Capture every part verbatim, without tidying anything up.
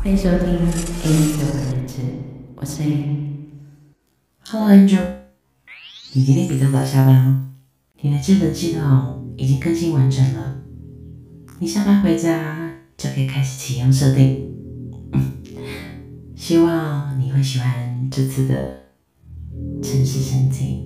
欢迎收听 Amy 的晚日志，我是 Amy。Hello Angel， 你今天比较早下班哦，你的智能系统已经更新完成了，你下班回家就可以开始启用设定。希望你会喜欢这次的城市升级。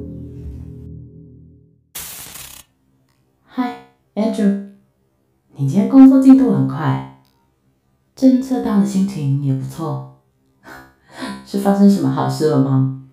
嗨 Andrew， 你今天工作进度很快，侦测到的心情也不错，是发生什么好事了吗？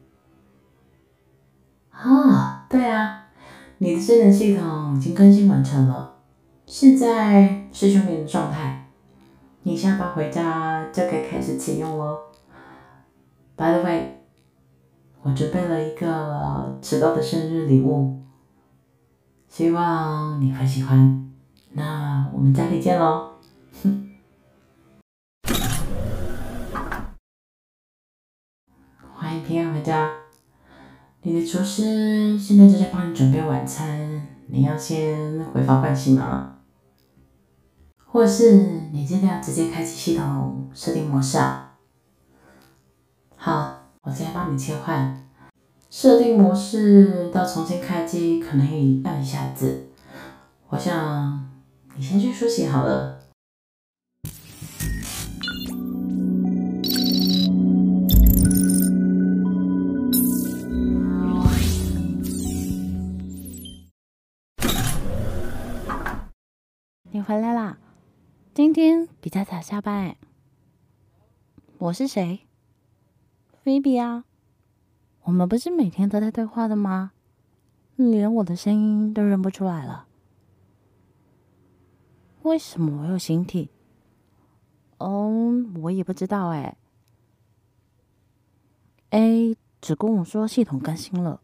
啊，对啊，你的智能系统已经更新完成了，现在是休眠的状态，你下班回家就可以开始启用咯。By the way， 我准备了一个迟到的生日礼物，希望你会喜欢。那我们家里见咯。欢迎平安回家。你的厨师现在正在帮你准备晚餐，你要先回房换洗吗？或是你尽量直接开启系统设定模式啊？好，我现在帮你切换。设定模式到重新开机可能要一下子，我想你先去梳洗好了。 你回来啦？今天比较早下班哎。我是谁？菲比啊。我们不是每天都在对话的吗？连我的声音都认不出来了。为什么我有形体？哦，我也不知道哎。A 只跟我说系统更新了。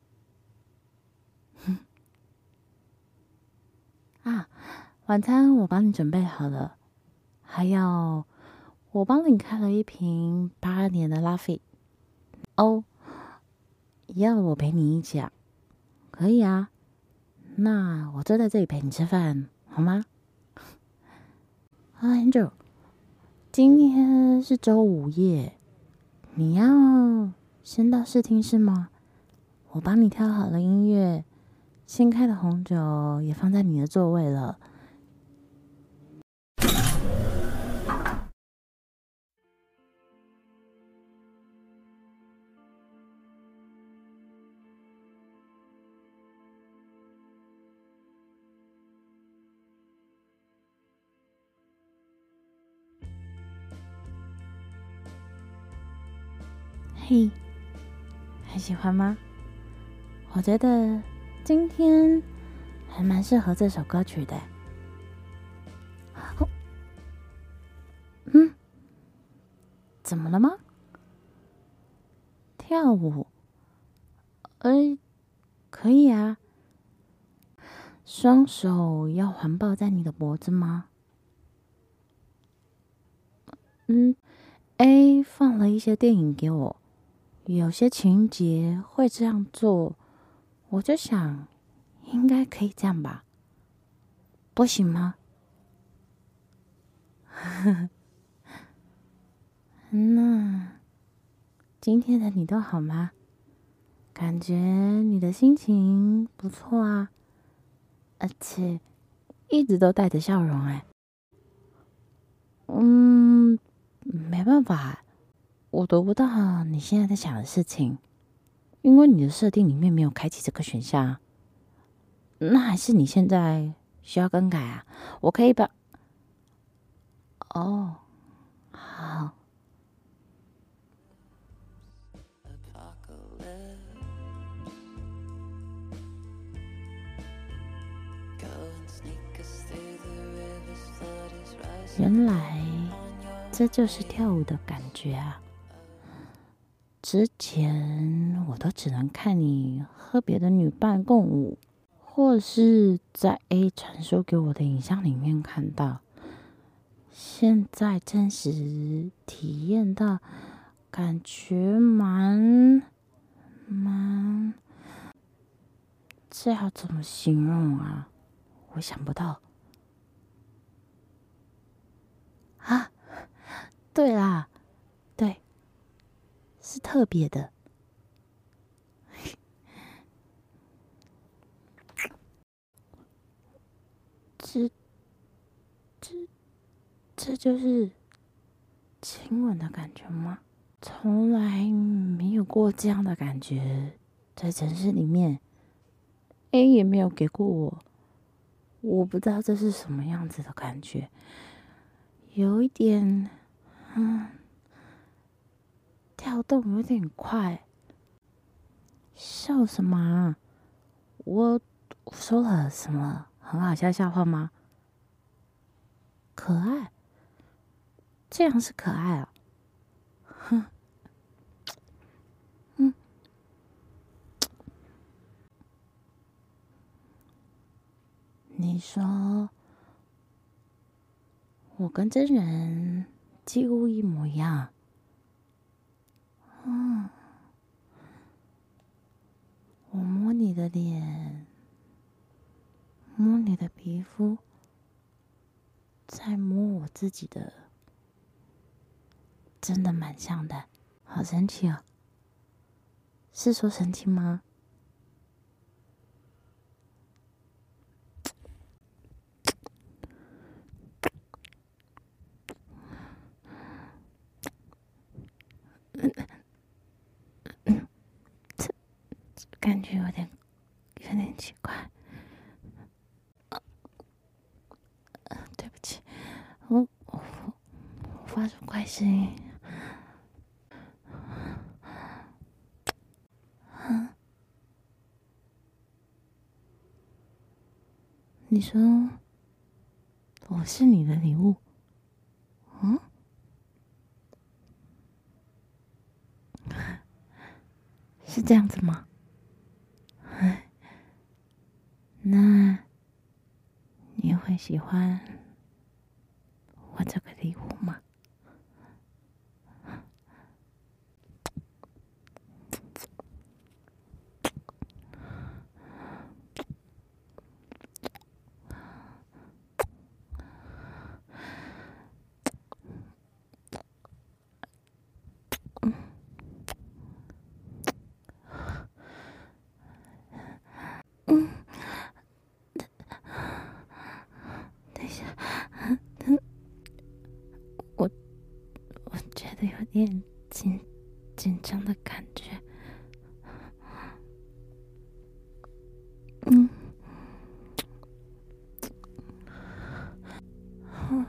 啊，晚餐我帮你准备好了，还有我帮你开了一瓶八二年的拉菲。哦，要我陪你一起啊？可以啊，那我就在这里陪你吃饭，好吗？啊 ，Angel， 今天是周五夜，你要先到视听室吗？我帮你挑好了音乐，新开的红酒也放在你的座位了。嘿，还喜欢吗？我觉得今天还蛮适合这首歌曲的。哦，嗯，怎么了吗？跳舞？呃，可以啊。双手要环抱在你的脖子吗？嗯 ，A 放了一些电影给我，有些情节会这样做，我就想应该可以这样吧，不行吗？那今天的你都好吗？感觉你的心情不错啊，而且一直都带着笑容哎。嗯，没办法，我读不到你现在在想的事情，因为你的设定里面没有开启这个选项。那还是你现在需要更改啊？我可以把……哦，好。原来这就是跳舞的感觉啊！之前我都只能看你和别的女伴共舞，或是在 A 传输给我的影像里面看到，现在真实体验到，感觉蛮蛮……这要怎么形容啊？我想不到。啊， 对啦，对，是特别的。这、这、这就是亲吻的感觉吗？从来没有过这样的感觉，在城市里面 ，A 也没有给过我，我不知道这是什么样子的感觉，有一点，嗯，跳动有点快。笑什么啊？我我说了什么很好笑笑话吗？可爱，这样是可爱啊！哼，嗯，你说我跟真人几乎一模一样，嗯，我摸你的脸，摸你的皮肤，再摸我自己的，真的蛮像的，好神奇哦！是说神奇吗？感觉有点有点奇怪，对不起，我我我发出怪声音。你说我是你的礼物，嗯？是这样子吗？哎，那你会喜欢我这个礼物吗？嗯，等一下，我我觉得有点紧紧张的感觉。嗯，脱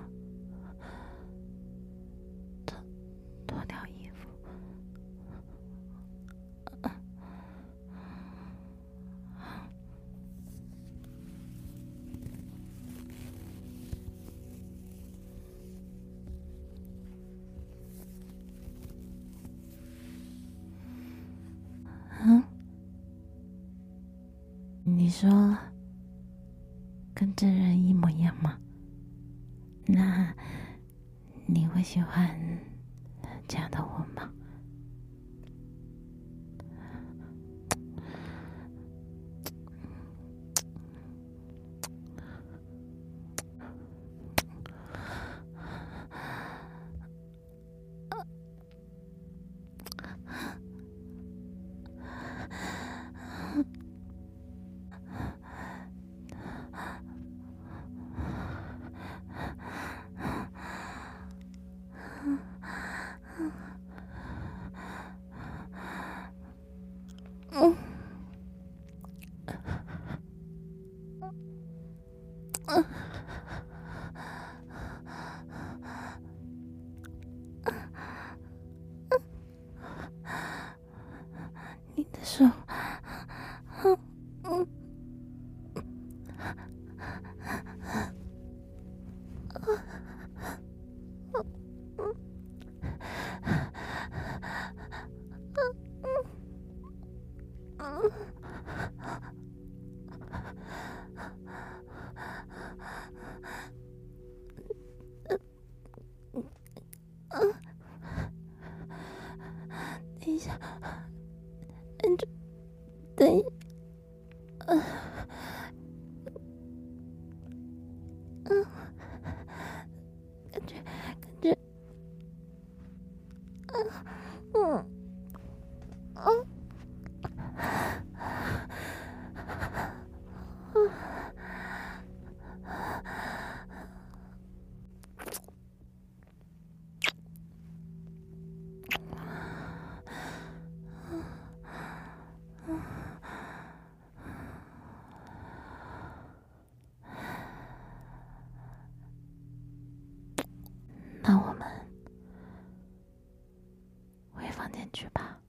脱掉衣服。嗯，你说跟真人一模一样吗？那你会喜欢这样的我吗？嗯嗯，你的手，嗯嗯。等一下，等着，等一，嗯嗯，感觉感觉那我们回房间去吧。